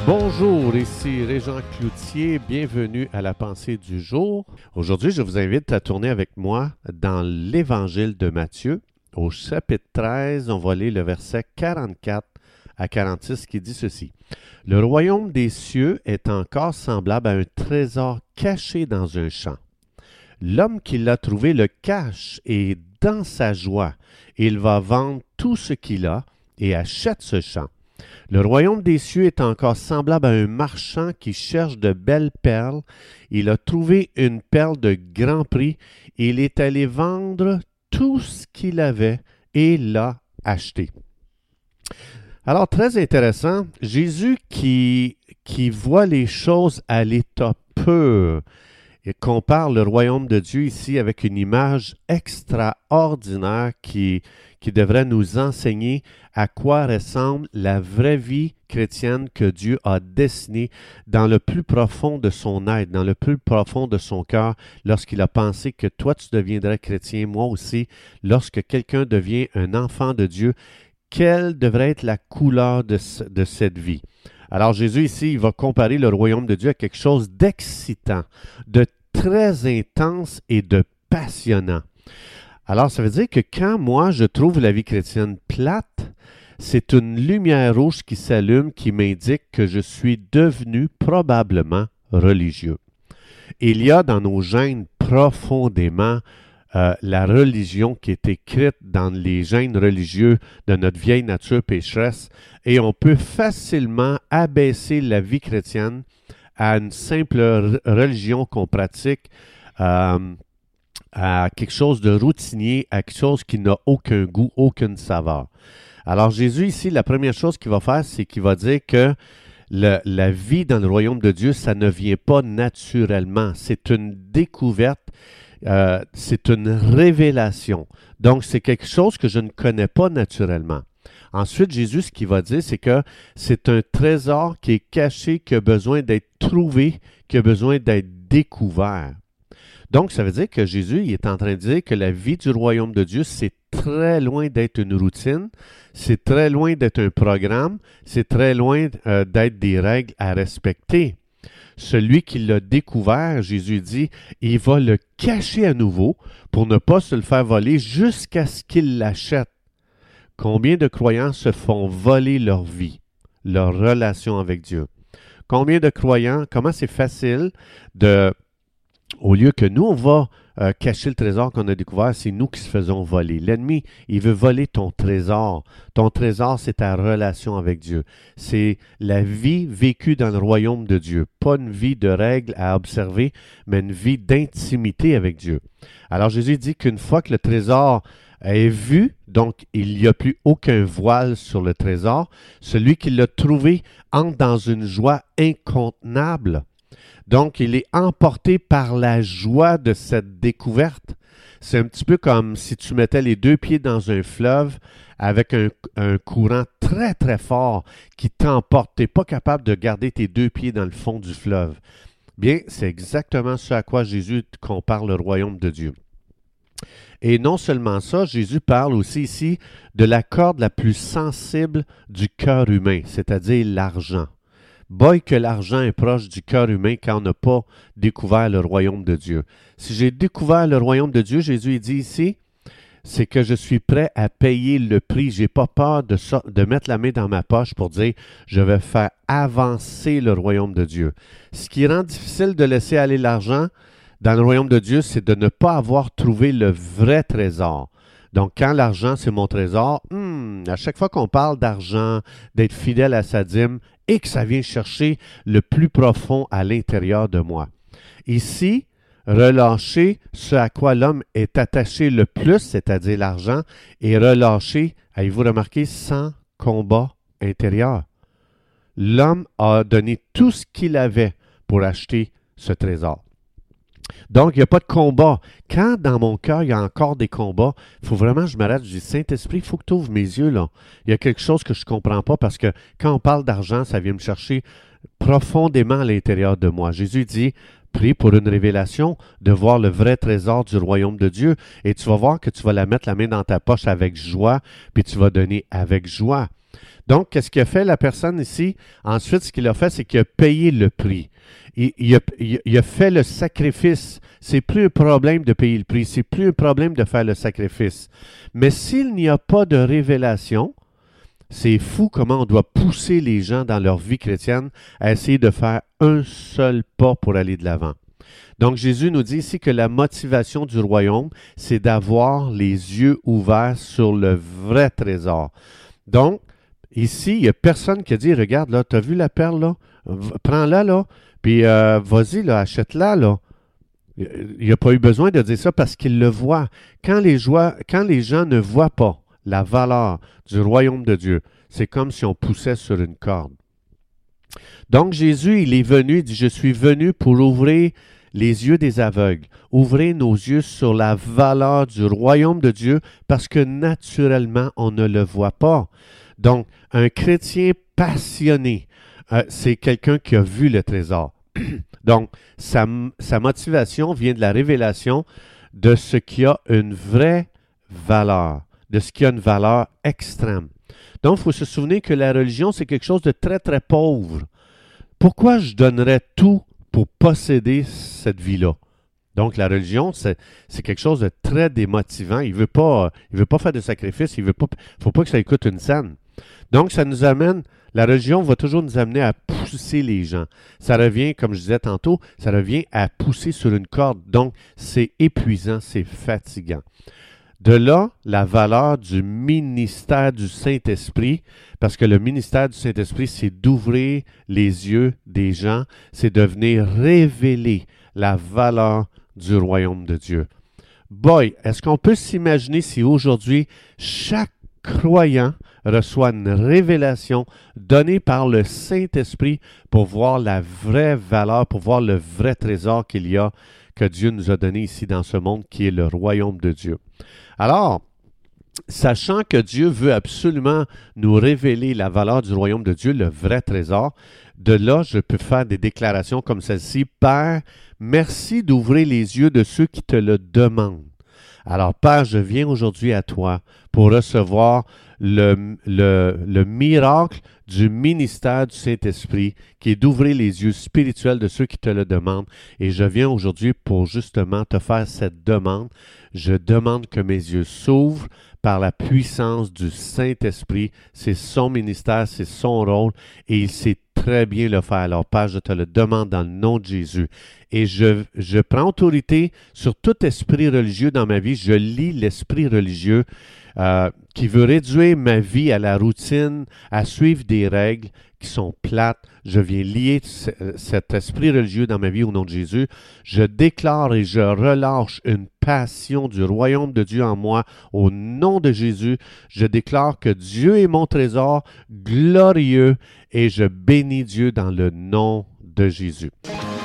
Bonjour, ici Régent Cloutier, bienvenue à la pensée du jour. Aujourd'hui, je vous invite à tourner avec moi dans l'Évangile de Matthieu. Au chapitre 13, on va lire le verset 44 à 46 qui dit ceci. « Le royaume des cieux est encore semblable à un trésor caché dans un champ. L'homme qui l'a trouvé le cache et dans sa joie, il va vendre tout ce qu'il a et achète ce champ. Le royaume des cieux est encore semblable à un marchand qui cherche de belles perles. Il a trouvé une perle de grand prix et il est allé vendre tout ce qu'il avait et l'a acheté. » Alors, très intéressant, Jésus qui voit les choses à l'état pur et compare le royaume de Dieu ici avec une image extraordinaire qui devrait nous enseigner à quoi ressemble la vraie vie chrétienne que Dieu a dessinée dans le plus profond de son être, dans le plus profond de son cœur, lorsqu'il a pensé que toi tu deviendrais chrétien, moi aussi, lorsque quelqu'un devient un enfant de Dieu, quelle devrait être la couleur de cette vie? Alors Jésus ici, il va comparer le royaume de Dieu à quelque chose d'excitant, de très intense et de passionnant. Alors, ça veut dire que quand moi, je trouve la vie chrétienne plate, c'est une lumière rouge qui s'allume qui m'indique que je suis devenu probablement religieux. Il y a dans nos gènes profondément la religion qui est écrite dans les gènes religieux de notre vieille nature pécheresse et on peut facilement abaisser la vie chrétienne à une simple religion qu'on pratique à quelque chose de routinier, à quelque chose qui n'a aucun goût, aucune saveur. Alors Jésus ici, la première chose qu'il va faire, c'est qu'il va dire que la vie dans le royaume de Dieu, ça ne vient pas naturellement. C'est une découverte, c'est une révélation. Donc c'est quelque chose que je ne connais pas naturellement. Ensuite, Jésus, ce qu'il va dire, c'est que c'est un trésor qui est caché, qui a besoin d'être trouvé, qui a besoin d'être découvert. Donc, ça veut dire que Jésus il est en train de dire que la vie du royaume de Dieu, c'est très loin d'être une routine, c'est très loin d'être un programme, c'est très loin d'être des règles à respecter. Celui qui l'a découvert, Jésus dit, il va le cacher à nouveau pour ne pas se le faire voler jusqu'à ce qu'il l'achète. Combien de croyants se font voler leur vie, leur relation avec Dieu? Combien de croyants, comment c'est facile de... Au lieu que nous, on va cacher le trésor qu'on a découvert, c'est nous qui se faisons voler. L'ennemi, il veut voler ton trésor. Ton trésor, c'est ta relation avec Dieu. C'est la vie vécue dans le royaume de Dieu. Pas une vie de règles à observer, mais une vie d'intimité avec Dieu. Alors Jésus dit qu'une fois que le trésor est vu, donc il n'y a plus aucun voile sur le trésor, celui qui l'a trouvé entre dans une joie incontenable. Donc, il est emporté par la joie de cette découverte. C'est un petit peu comme si tu mettais les deux pieds dans un fleuve avec un courant très, très fort qui t'emporte. Tu n'es pas capable de garder tes deux pieds dans le fond du fleuve. Bien, c'est exactement ce à quoi Jésus compare le royaume de Dieu. Et non seulement ça, Jésus parle aussi ici de la corde la plus sensible du cœur humain, c'est-à-dire l'argent. Boy que l'argent est proche du cœur humain quand on n'a pas découvert le royaume de Dieu. Si j'ai découvert le royaume de Dieu, Jésus dit ici, c'est que je suis prêt à payer le prix. Je n'ai pas peur de mettre la main dans ma poche pour dire je vais faire avancer le royaume de Dieu. Ce qui rend difficile de laisser aller l'argent dans le royaume de Dieu, c'est de ne pas avoir trouvé le vrai trésor. Donc, quand l'argent, c'est mon trésor, à chaque fois qu'on parle d'argent, d'être fidèle à sa dîme, et que ça vient chercher le plus profond à l'intérieur de moi. Ici, relâcher ce à quoi l'homme est attaché le plus, c'est-à-dire l'argent, et relâcher, avez-vous remarqué, sans combat intérieur. L'homme a donné tout ce qu'il avait pour acheter ce trésor. Donc, il n'y a pas de combat. Quand dans mon cœur, il y a encore des combats, il faut vraiment que je m'arrête. Je dis, Saint-Esprit, il faut que tu ouvres mes yeux, là. Il y a quelque chose que je ne comprends pas parce que quand on parle d'argent, ça vient me chercher profondément à l'intérieur de moi. Jésus dit, prie pour une révélation, de voir le vrai trésor du royaume de Dieu. Et tu vas voir que tu vas la mettre la main dans ta poche avec joie, puis tu vas donner avec joie. Donc, qu'est-ce qu'a fait la personne ici? Ensuite, ce qu'il a fait, c'est qu'il a payé le prix. Il a fait le sacrifice. C'est plus un problème de payer le prix, c'est plus un problème de faire le sacrifice. Mais s'il n'y a pas de révélation, c'est fou comment on doit pousser les gens dans leur vie chrétienne à essayer de faire un seul pas pour aller de l'avant. Donc Jésus nous dit ici que la motivation du royaume, c'est d'avoir les yeux ouverts sur le vrai trésor. Donc, ici, il n'y a personne qui a dit, regarde, là, tu as vu la perle, là? Prends-la, là, puis vas-y, là, achète-la, là. Il n'y a pas eu besoin de dire ça parce qu'il le voit. Quand les gens ne voient pas la valeur du royaume de Dieu, c'est comme si on poussait sur une corde. Donc Jésus, il est venu, il dit, je suis venu pour ouvrir les yeux des aveugles, ouvrir nos yeux sur la valeur du royaume de Dieu parce que naturellement, on ne le voit pas. Donc, un chrétien passionné, c'est quelqu'un qui a vu le trésor. Donc, sa motivation vient de la révélation de ce qui a une vraie valeur, de ce qui a une valeur extrême. Donc, il faut se souvenir que la religion, c'est quelque chose de très, très pauvre. Pourquoi je donnerais tout pour posséder cette vie-là? Donc, la religion, c'est quelque chose de très démotivant. Il ne veut pas faire de sacrifice. Il ne faut pas que ça coûte une scène. Donc, ça nous amène, la religion va toujours nous amener à pousser les gens. Ça revient, comme je disais tantôt, ça revient à pousser sur une corde. Donc, c'est épuisant, c'est fatigant. De là, la valeur du ministère du Saint-Esprit, parce que le ministère du Saint-Esprit, c'est d'ouvrir les yeux des gens, c'est de venir révéler la valeur du royaume de Dieu. Boy, est-ce qu'on peut s'imaginer si aujourd'hui, chaque croyant reçoit une révélation donnée par le Saint-Esprit pour voir la vraie valeur, pour voir le vrai trésor qu'il y a, que Dieu nous a donné ici dans ce monde, qui est le royaume de Dieu. Alors, sachant que Dieu veut absolument nous révéler la valeur du royaume de Dieu, le vrai trésor, de là, je peux faire des déclarations comme celle-ci. Père, merci d'ouvrir les yeux de ceux qui te le demandent. Alors, Père, je viens aujourd'hui à toi pour recevoir le miracle du ministère du Saint-Esprit, qui est d'ouvrir les yeux spirituels de ceux qui te le demandent. Et je viens aujourd'hui pour justement te faire cette demande. Je demande que mes yeux s'ouvrent par la puissance du Saint-Esprit. C'est son ministère, c'est son rôle, et il sait très bien le faire. Alors, Père, je te le demande dans le nom de Jésus. Et je prends autorité sur tout esprit religieux dans ma vie. Je lis l'esprit religieux qui veut réduire ma vie à la routine, à suivre des règles qui sont plates. Je viens lier cet esprit religieux dans ma vie au nom de Jésus. Je déclare et je relâche une passion du royaume de Dieu en moi au nom de Jésus. Je déclare que Dieu est mon trésor glorieux et je bénis Dieu dans le nom de Jésus.